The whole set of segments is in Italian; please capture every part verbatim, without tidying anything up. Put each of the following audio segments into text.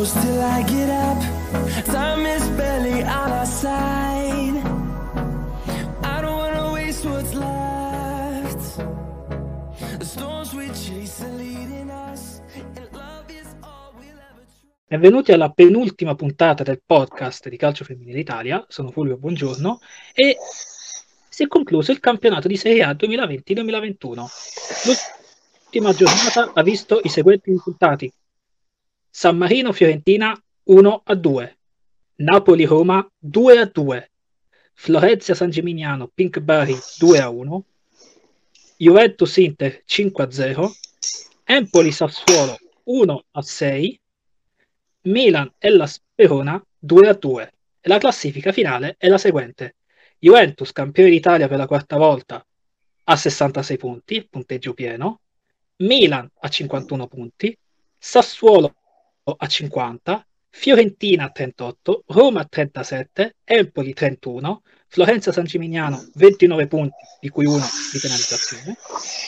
close till I get up. Time is barely on our side. I don't wanna waste what's left. The storms we chase are leading us, and love is all we'll ever try. Benvenuti alla penultima puntata del podcast di Calcio Femminile Italia. Sono Fulvio, buongiorno. E si è concluso il campionato di Serie A duemilaventi duemilaventuno. L'ultima giornata ha visto i seguenti risultati: San Marino Fiorentina uno a due, Napoli Roma due a due, Florenzi San Gimignano Pink Bari due a uno, Juventus Inter cinque a zero, Empoli Sassuolo uno a sei, Milan Hellas Verona due a due. E la classifica finale è la seguente: Juventus campione d'Italia per la quarta volta a sessantasei punti, punteggio pieno, Milan a cinquantuno punti, Sassuolo a cinquanta, Fiorentina a trentotto, Roma a trentasette, Empoli trentuno, Florenza San Gimignano ventinove punti, di cui uno di penalizzazione,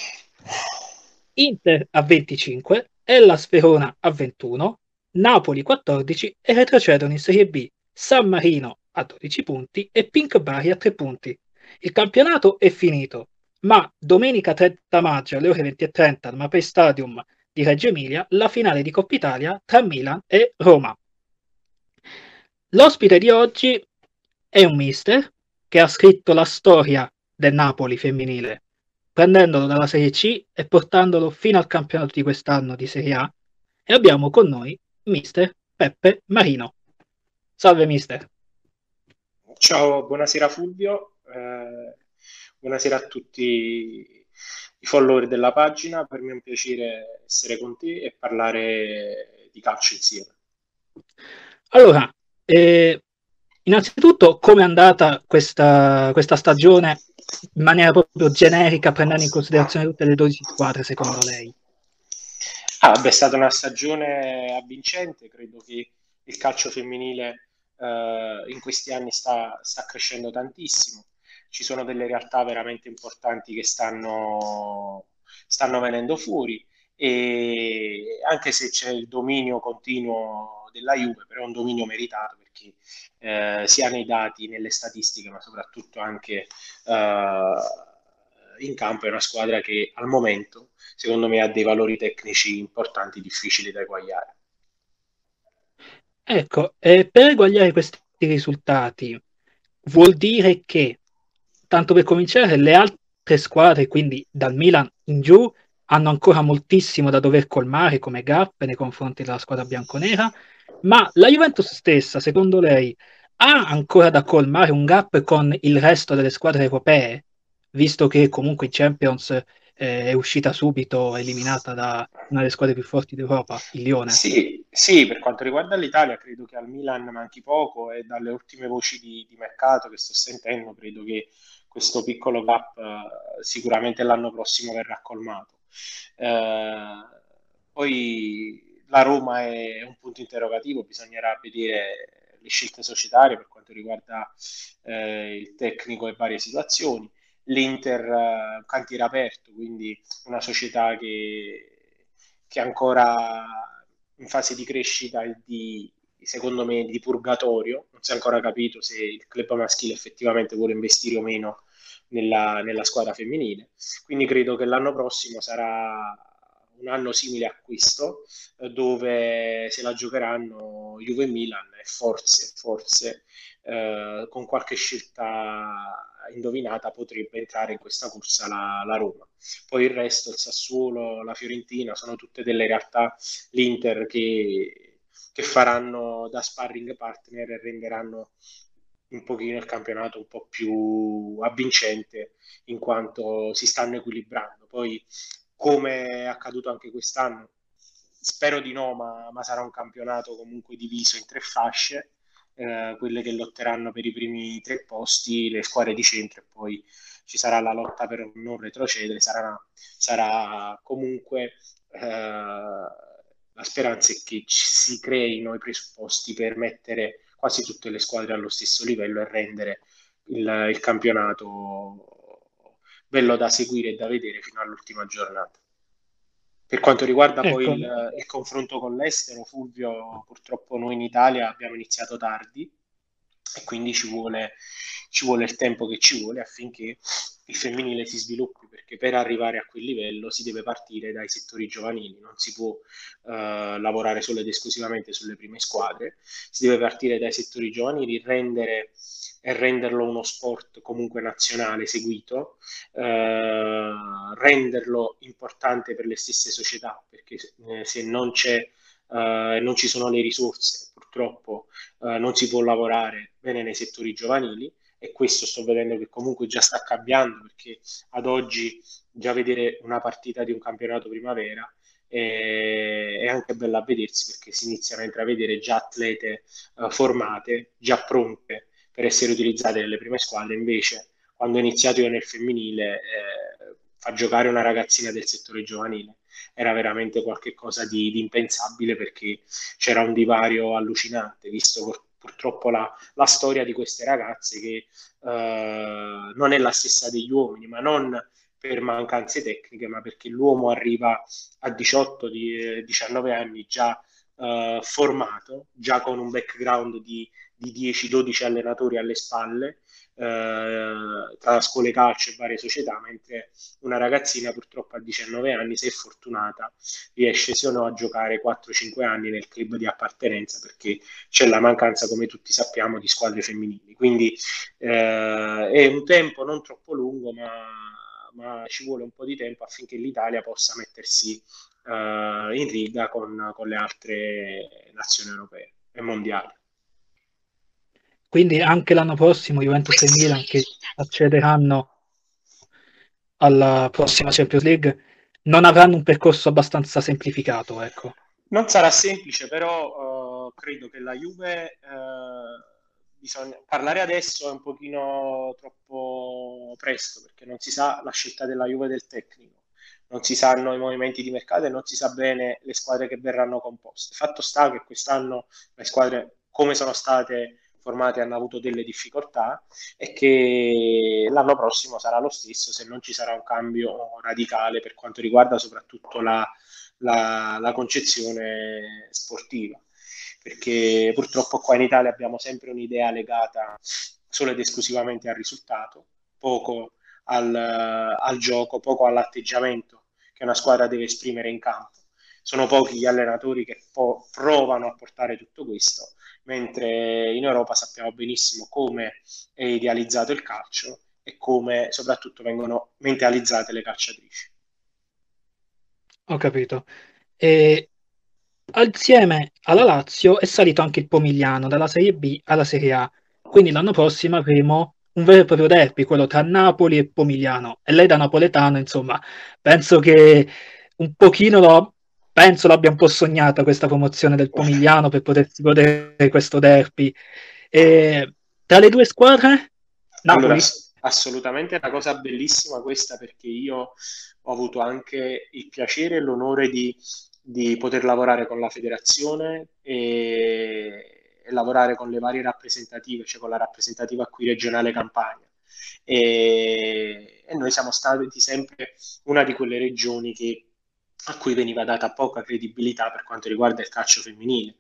Inter a venticinque, Hellas Verona a ventuno, Napoli quattordici e retrocedono in Serie B San Marino a dodici punti e Pink Bari a tre punti. Il campionato è finito, ma domenica trenta maggio alle ore venti e trenta al Mapei Stadium di Reggio Emilia la finale di Coppa Italia tra Milan e Roma. L'ospite di oggi è un mister che ha scritto la storia del Napoli femminile, prendendolo dalla Serie C e portandolo fino al campionato di quest'anno di Serie A. E abbiamo con noi mister Peppe Marino. Salve mister. Ciao, buonasera Fulvio, eh, buonasera a tutti i follower della pagina. Per me è un piacere essere con te e parlare di calcio insieme. Allora, eh, innanzitutto come è andata questa, questa stagione in maniera proprio generica, prendendo in considerazione tutte le dodici squadre secondo lei? Ah, beh, è stata una stagione avvincente, credo che il calcio femminile eh, in questi anni sta, sta crescendo tantissimo. Ci sono delle realtà veramente importanti che stanno, stanno venendo fuori, e anche se c'è il dominio continuo della Juve, però è un dominio meritato perché eh, sia nei dati, nelle statistiche, ma soprattutto anche eh, in campo è una squadra che al momento, secondo me, ha dei valori tecnici importanti, difficili da eguagliare. Ecco, eh, per eguagliare questi risultati vuol dire che, tanto per cominciare, le altre squadre, quindi dal Milan in giù, hanno ancora moltissimo da dover colmare come gap nei confronti della squadra bianconera, ma la Juventus stessa, secondo lei, ha ancora da colmare un gap con il resto delle squadre europee, visto che comunque in Champions eh, è uscita subito, eliminata da una delle squadre più forti d'Europa, il Lione? Sì, sì, per quanto riguarda l'Italia, credo che al Milan manchi poco, e dalle ultime voci di, di mercato che sto sentendo, credo che questo piccolo gap eh, sicuramente l'anno prossimo verrà colmato. Eh, Poi la Roma è un punto interrogativo, bisognerà vedere le scelte societarie per quanto riguarda eh, il tecnico e varie situazioni. L'Inter è un cantiere aperto, quindi una società che, che è ancora in fase di crescita e di, secondo me, di purgatorio. Non si è ancora capito se il club maschile effettivamente vuole investire o meno nella, nella squadra femminile. Quindi credo che l'anno prossimo sarà un anno simile a questo, dove se la giocheranno Juve e Milan, e forse, forse eh, con qualche scelta indovinata potrebbe entrare in questa corsa la, la Roma. Poi il resto, il Sassuolo, la Fiorentina, sono tutte delle realtà, l'Inter, che, che faranno da sparring partner e renderanno un pochino il campionato un po' più avvincente, in quanto si stanno equilibrando. Poi, come è accaduto anche quest'anno, spero di no, ma, ma sarà un campionato comunque diviso in tre fasce, eh, quelle che lotteranno per i primi tre posti, le squadre di centro, e poi ci sarà la lotta per non retrocedere. Sarà, sarà comunque eh, la speranza è che ci si creino i presupposti per mettere quasi tutte le squadre allo stesso livello e rendere il, il campionato bello da seguire e da vedere fino all'ultima giornata. Per quanto riguarda poi Ecco, il, il confronto con l'estero, Fulvio, purtroppo noi in Italia abbiamo iniziato tardi e quindi ci vuole, ci vuole il tempo che ci vuole affinché il femminile si sviluppi, perché per arrivare a quel livello si deve partire dai settori giovanili, non si può eh, lavorare solo ed esclusivamente sulle prime squadre, si deve partire dai settori giovanili, rendere e renderlo uno sport comunque nazionale seguito, eh, renderlo importante per le stesse società, perché eh, se non c'è eh, non ci sono le risorse, purtroppo eh, non si può lavorare bene nei settori giovanili, e questo sto vedendo che comunque già sta cambiando, perché ad oggi già vedere una partita di un campionato primavera è, è anche bella a vedersi, perché si iniziano a intravedere già atlete eh, formate, già pronte per essere utilizzate nelle prime squadre. Invece quando ho iniziato io nel femminile, eh, fa giocare una ragazzina del settore giovanile era veramente qualcosa di, di impensabile, perché c'era un divario allucinante, visto pur, purtroppo la, la storia di queste ragazze che eh, non è la stessa degli uomini, ma non per mancanze tecniche, ma perché l'uomo arriva a diciotto diciannove anni già eh, formato, già con un background di, di dieci dodici allenatori alle spalle, eh, tra scuole calcio e varie società, mentre una ragazzina purtroppo a diciannove anni, se è fortunata, riesce sì o no a giocare quattro cinque anni nel club di appartenenza, perché c'è la mancanza, come tutti sappiamo, di squadre femminili. Quindi eh, è un tempo non troppo lungo, ma, ma ci vuole un po' di tempo affinché l'Italia possa mettersi eh, in riga con, con le altre nazioni europee e mondiali. quindi anche l'anno prossimo Juventus e Milan che accederanno alla prossima Champions League non avranno un percorso abbastanza semplificato, ecco. Non sarà semplice, però uh, credo che la Juve, uh, bisogna parlare adesso è un pochino troppo presto, perché non si sa la scelta della Juve del tecnico, non si sanno i movimenti di mercato e non si sa bene le squadre che verranno composte. Fatto sta che quest'anno le squadre, come sono state formate, hanno avuto delle difficoltà, e che l'anno prossimo sarà lo stesso se non ci sarà un cambio radicale per quanto riguarda soprattutto la la, la concezione sportiva, perché purtroppo qua in Italia abbiamo sempre un'idea legata solo ed esclusivamente al risultato, poco al, al gioco, poco all'atteggiamento che una squadra deve esprimere in campo. Sono pochi gli allenatori che po- provano a portare tutto questo, mentre in Europa sappiamo benissimo come è idealizzato il calcio e come soprattutto vengono mentalizzate le calciatrici. Ho capito. E assieme alla Lazio è salito anche il Pomigliano dalla Serie B alla Serie A. Quindi l'anno prossimo avremo un vero e proprio derby, quello tra Napoli e Pomigliano. E lei da napoletano, insomma, penso che un pochino lo, penso l'abbia un po' sognata questa promozione del Pomigliano per potersi godere questo derby. E tra le due squadre, Allora, Napoli? ass- assolutamente è una cosa bellissima questa, perché io ho avuto anche il piacere e l'onore di, di poter lavorare con la federazione e, e lavorare con le varie rappresentative, cioè con la rappresentativa qui regionale Campania. E, e noi siamo stati sempre una di quelle regioni che, a cui veniva data poca credibilità per quanto riguarda il calcio femminile.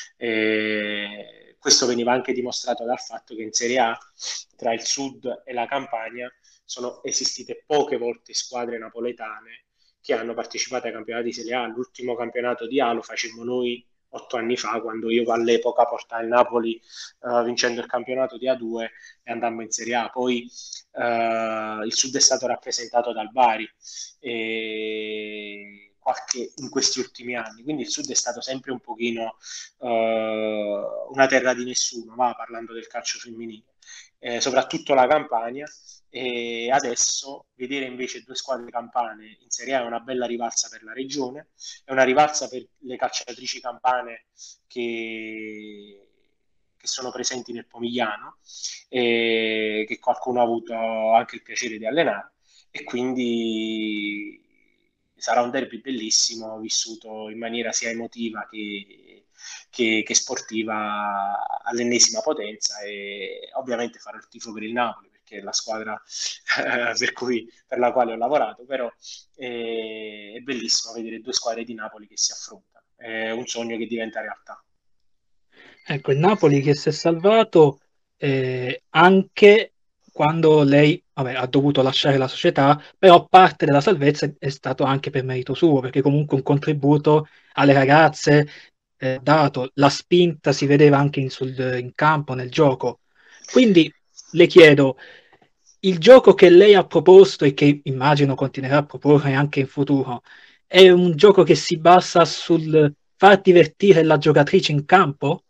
E questo veniva anche dimostrato dal fatto che in Serie A, tra il sud e la Campania, sono esistite poche volte squadre napoletane che hanno partecipato ai campionati di Serie A. L'ultimo campionato di A lo facemmo noi otto anni fa, quando io all'epoca portai il Napoli uh, vincendo il campionato di A due e andammo in Serie A. Poi uh, il sud è stato rappresentato dal Bari e qualche, in questi ultimi anni, quindi il sud è stato sempre un pochino uh, una terra di nessuno, va, parlando del calcio femminile. Eh, soprattutto la Campania, e adesso vedere invece due squadre campane in Serie A è una bella rivalsa per la regione, è una rivalsa per le calciatrici campane che, che sono presenti nel Pomigliano e che qualcuno ha avuto anche il piacere di allenare, e quindi sarà un derby bellissimo, vissuto in maniera sia emotiva che Che, che sportiva all'ennesima potenza, e ovviamente farò il tifo per il Napoli, perché che è la squadra eh, per, cui, per la quale ho lavorato, però è, è bellissimo vedere due squadre di Napoli che si affrontano, è un sogno che diventa realtà. Ecco, il Napoli che si è salvato eh, anche quando lei vabbè, ha dovuto lasciare la società, però parte della salvezza è stato anche per merito suo, perché comunque un contributo alle ragazze eh, dato, la spinta si vedeva anche in, sul, in campo, nel gioco. Quindi le chiedo, il gioco che lei ha proposto e che immagino continuerà a proporre anche in futuro, è un gioco che si basa sul far divertire la giocatrice in campo?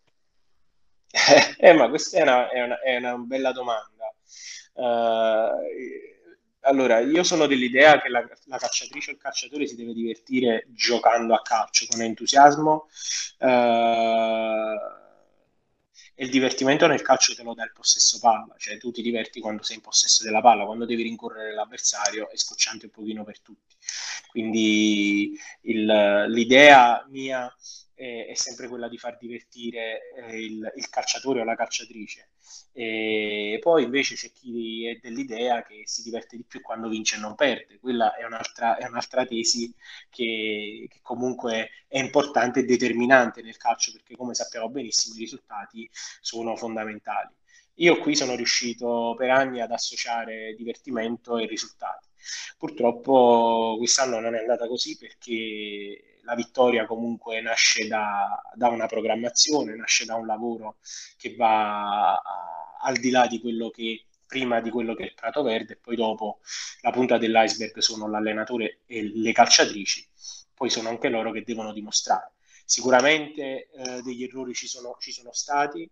Eh, ma questa è una, è una- è una bella domanda. Eh, allora, io sono dell'idea che la, la calciatrice o il calciatore si deve divertire giocando a calcio con entusiasmo. eh, e il divertimento nel calcio te lo dà il possesso palla, cioè tu ti diverti quando sei in possesso della palla, quando devi rincorrere l'avversario è scocciante un pochino per tutti. Quindi il- l'idea mia è, è sempre quella di far divertire eh, il, il calciatore o la calciatrice. E poi invece c'è chi è dell'idea che si diverte di più quando vince e non perde. Quella è un'altra, è un'altra tesi che, che comunque è importante e determinante nel calcio, perché come sappiamo benissimo i risultati sono fondamentali. Io qui sono riuscito per anni ad associare divertimento e risultati. Purtroppo quest'anno non è andata così, perché la vittoria comunque nasce da, da una programmazione, nasce da un lavoro che va a- al di là di quello che prima di quello che è il Prato Verde, e poi dopo la punta dell'iceberg sono l'allenatore e le calciatrici, poi sono anche loro che devono dimostrare. Sicuramente eh, degli errori ci sono, ci sono stati,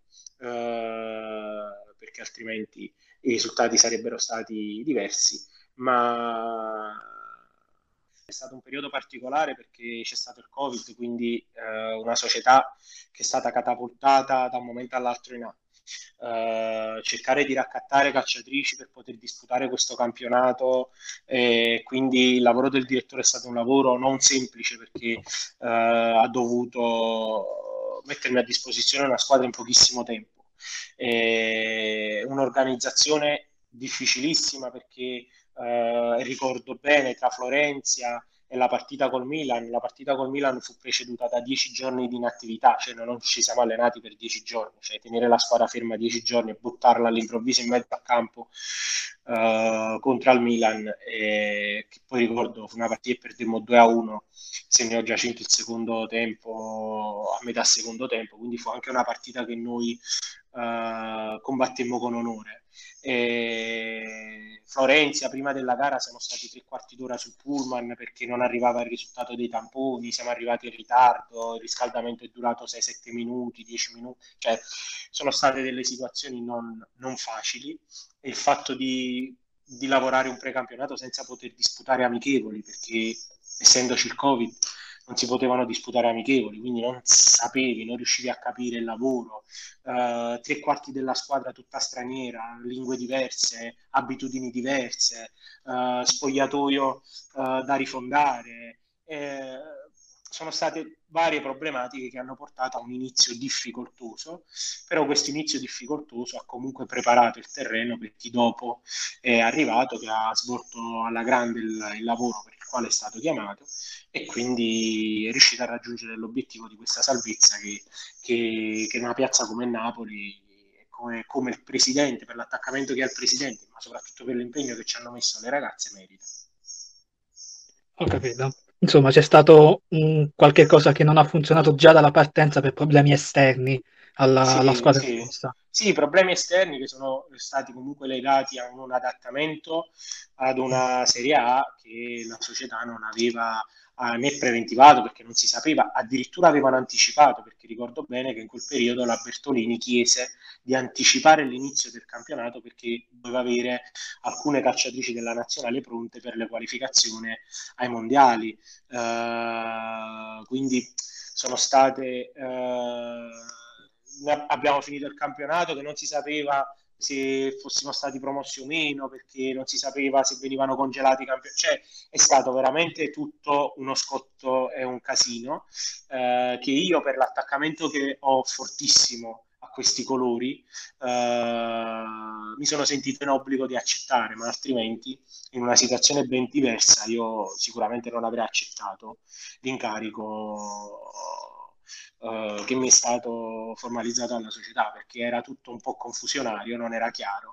eh, perché altrimenti i risultati sarebbero stati diversi, ma è stato un periodo particolare perché c'è stato il Covid, quindi eh, una società che è stata catapultata da un momento all'altro in A. Uh, cercare di raccattare calciatrici per poter disputare questo campionato, e quindi il lavoro del direttore è stato un lavoro non semplice, perché uh, ha dovuto mettermi a disposizione una squadra in pochissimo tempo, e un'organizzazione difficilissima, perché uh, ricordo bene tra Florenzi e la partita col Milan, la partita col Milan fu preceduta da dieci giorni di inattività, cioè non ci siamo allenati per dieci giorni, cioè tenere la squadra ferma dieci giorni e buttarla all'improvviso in mezzo a campo uh, contro il Milan, e che poi ricordo fu una partita che perdemmo due a uno, segnò Giacinto il secondo tempo, a metà secondo tempo, quindi fu anche una partita che noi uh, combattemmo con onore. E Florenzi, prima della gara siamo stati tre quarti d'ora sul pullman perché non arrivava il risultato dei tamponi, siamo arrivati in ritardo, il riscaldamento è durato sei sette minuti, dieci minuti, cioè sono state delle situazioni non, non facili, e il fatto di, di lavorare un precampionato senza poter disputare amichevoli, perché essendoci il Covid non si potevano disputare amichevoli, quindi non sapevi, non riuscivi a capire il lavoro, uh, tre quarti della squadra tutta straniera, lingue diverse, abitudini diverse, uh, spogliatoio uh, da rifondare. Eh, sono state varie problematiche che hanno portato a un inizio difficoltoso, però questo inizio difficoltoso ha comunque preparato il terreno per chi dopo è arrivato, che ha svolto alla grande il, il lavoro per il quale è stato chiamato, e quindi è riuscita a raggiungere l'obiettivo di questa salvezza che, che, che una piazza come Napoli, come, come il presidente, per l'attaccamento che ha il presidente, ma soprattutto per l'impegno che ci hanno messo le ragazze, merita. Ho capito. Insomma, c'è stato un qualche cosa che non ha funzionato già dalla partenza per problemi esterni alla, alla Sì, squadra sì, stessa. sì, problemi esterni che sono stati comunque legati a un adattamento ad una Serie A che la società non aveva eh, né preventivato, perché non si sapeva, addirittura avevano anticipato, perché ricordo bene che in quel periodo la Bertolini chiese di anticipare l'inizio del campionato perché doveva avere alcune calciatrici della nazionale pronte per le qualificazioni ai mondiali. Uh, quindi sono state uh, abbiamo finito il campionato che non si sapeva se fossimo stati promossi o meno, perché non si sapeva se venivano congelati i campioni, cioè è stato veramente tutto uno scotto e un casino, eh, che io, per l'attaccamento che ho fortissimo a questi colori, eh, mi sono sentito in obbligo di accettare, ma altrimenti in una situazione ben diversa io sicuramente non avrei accettato l'incarico eh, che mi è stato formalizzato dalla società, perché era tutto un po' confusionario, non era chiaro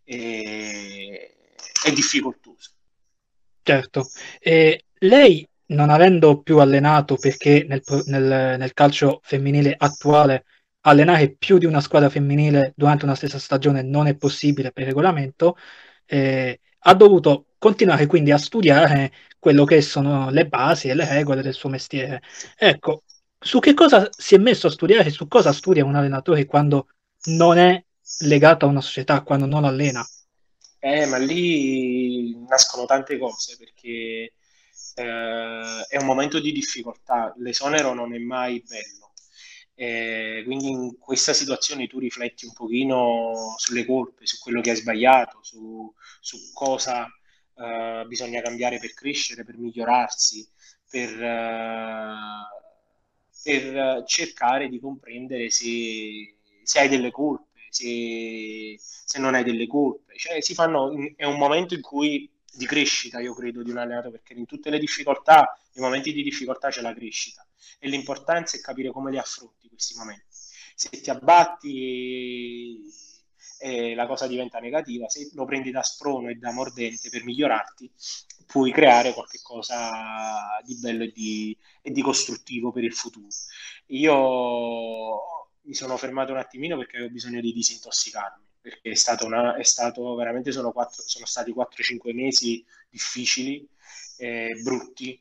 e, e difficoltoso. Certo. E lei, non avendo più allenato, perché nel, pro- nel- nel calcio femminile attuale allenare più di una squadra femminile durante una stessa stagione non è possibile per regolamento, eh, ha dovuto continuare quindi a studiare quello che sono le basi e le regole del suo mestiere. Ecco, su che cosa si è messo a studiare, su cosa studia un allenatore quando non è legato a una società, quando non allena? Eh, ma lì nascono tante cose perché eh, è un momento di difficoltà, l'esonero non è mai bello. Eh, quindi in questa situazione tu rifletti un pochino sulle colpe, su quello che hai sbagliato, su, su cosa eh, bisogna cambiare per crescere, per migliorarsi, per, eh, per cercare di comprendere se, se hai delle colpe, se, se non hai delle colpe. Cioè, si fanno, è un momento in cui di crescita, io credo, di un allenato, perché in tutte le difficoltà, nei momenti di difficoltà c'è la crescita e l'importanza è capire come li affronti questi momenti. Se ti abbatti e la cosa diventa negativa, se lo prendi da sprono e da mordente per migliorarti, puoi creare qualcosa di bello e di, e di costruttivo per il futuro. Io mi sono fermato un attimino perché avevo bisogno di disintossicarmi, perché è stato, una, è stato veramente sono, quattro, sono stati quattro cinque mesi difficili, eh, brutti,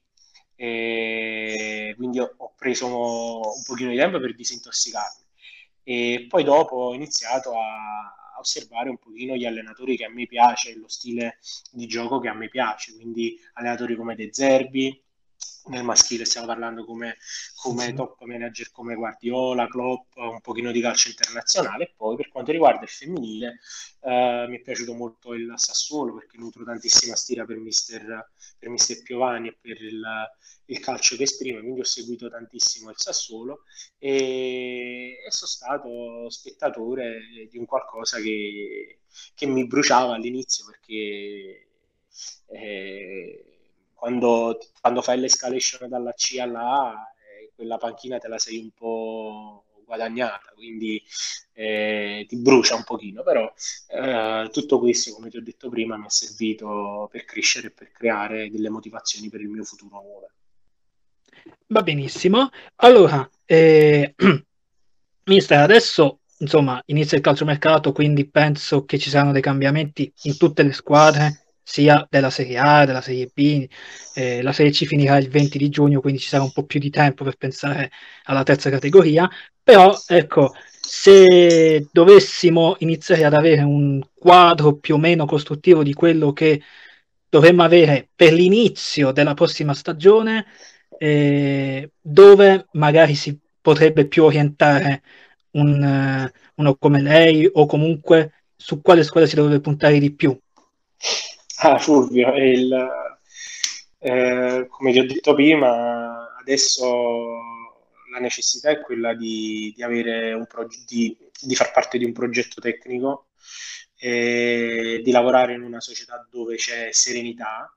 e quindi ho, ho preso un pochino di tempo per disintossicarmi e poi dopo ho iniziato a, a osservare un pochino gli allenatori che a me piace, lo stile di gioco che a me piace, quindi allenatori come De Zerbi, nel maschile stiamo parlando come, come Sì. top manager come Guardiola, Klopp, un pochino di calcio internazionale. E poi per quanto riguarda il femminile eh, mi è piaciuto molto il Sassuolo perché nutro tantissima stima per mister, per mister Piovani e per il, il calcio che esprime, quindi ho seguito tantissimo il Sassuolo e, e sono stato spettatore di un qualcosa che, che mi bruciava all'inizio perché eh, quando, quando fai l'escalation dalla C alla A, eh, quella panchina te la sei un po' guadagnata, quindi eh, ti brucia un pochino, però eh, tutto questo, come ti ho detto prima, mi è servito per crescere e per creare delle motivazioni per il mio futuro nuove. Va benissimo. Allora, eh, mister, adesso insomma inizia il calciomercato, quindi penso che ci saranno dei cambiamenti in tutte le squadre, sia della Serie A, della Serie B. Eh, la Serie C finirà il venti di giugno, quindi ci sarà un po' più di tempo per pensare alla terza categoria. Però, ecco, se dovessimo iniziare ad avere un quadro più o meno costruttivo di quello che dovremmo avere per l'inizio della prossima stagione, eh, dove magari si potrebbe più orientare un, eh, uno come lei o comunque su quale squadra si dovrebbe puntare di più. Ah, Fulvio, è il, eh, come ti ho detto prima, adesso la necessità è quella di, di avere un proge- di, di far parte di un progetto tecnico e di lavorare in una società dove c'è serenità,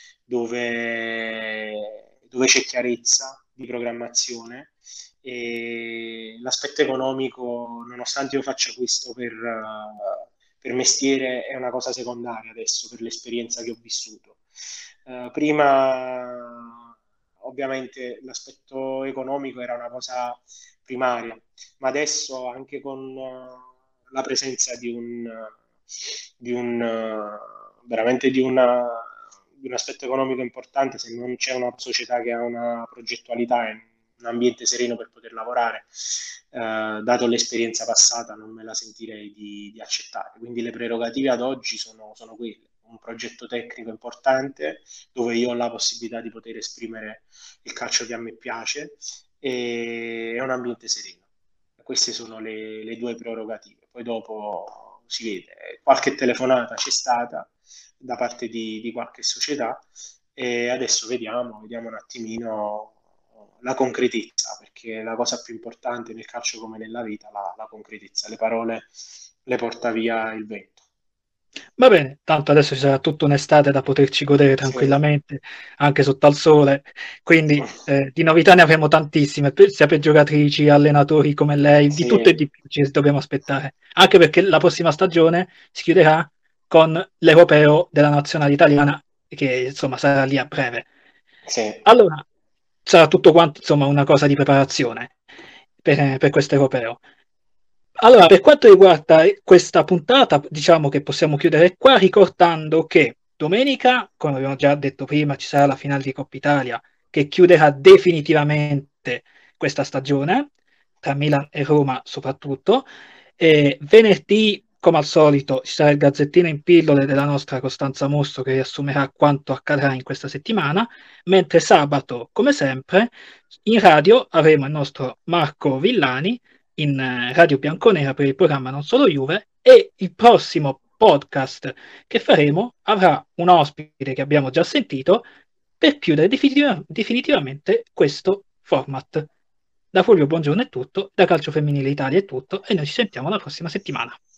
dove, dove c'è chiarezza di programmazione e l'aspetto economico, nonostante io faccia questo per, eh, per mestiere, è una cosa secondaria adesso per l'esperienza che ho vissuto. Eh, prima, ovviamente, l'aspetto economico era una cosa primaria, ma adesso anche con eh, la presenza di un, di un eh, veramente di una di un aspetto economico importante, se non c'è una società che ha una progettualità e un ambiente sereno per poter lavorare, eh, dato l'esperienza passata, non me la sentirei di, di accettare. Quindi le prerogative ad oggi sono, sono quelle, un progetto tecnico importante dove io ho la possibilità di poter esprimere il calcio che a me piace e un ambiente sereno. Queste sono le, le due prerogative. Poi dopo si vede, qualche telefonata c'è stata da parte di, di qualche società e adesso vediamo, vediamo un attimino la concretezza, perché la cosa più importante nel calcio come nella vita, la, la concretezza, le parole le porta via il vento. Va bene, tanto adesso ci sarà tutta un'estate da poterci godere Sì. tranquillamente, anche sotto al sole, quindi eh, di novità ne avremo tantissime, per- sia per giocatrici, allenatori come lei, di tutto e Sì, di più ci dobbiamo aspettare, anche perché la prossima stagione si chiuderà con l'Europeo della nazionale italiana, che insomma sarà lì a breve. sì. Allora, sarà tutto quanto insomma una cosa di preparazione per, per questo europeo. Allora, per quanto riguarda questa puntata, diciamo che possiamo chiudere qua ricordando che domenica, come abbiamo già detto prima, ci sarà la finale di Coppa Italia che chiuderà definitivamente questa stagione, tra Milan e Roma soprattutto. E venerdì, come al solito, ci sarà il gazzettino in pillole della nostra Costanza Mostro che riassumerà quanto accadrà in questa settimana, mentre sabato, come sempre, in radio avremo il nostro Marco Villani in eh, Radio Bianconera per il programma Non Solo Juve, e il prossimo podcast che faremo avrà un ospite che abbiamo già sentito per chiudere definitiva- definitivamente questo format. Da Fulvio Buongiorno è tutto, da Calcio Femminile Italia è tutto e noi ci sentiamo la prossima settimana.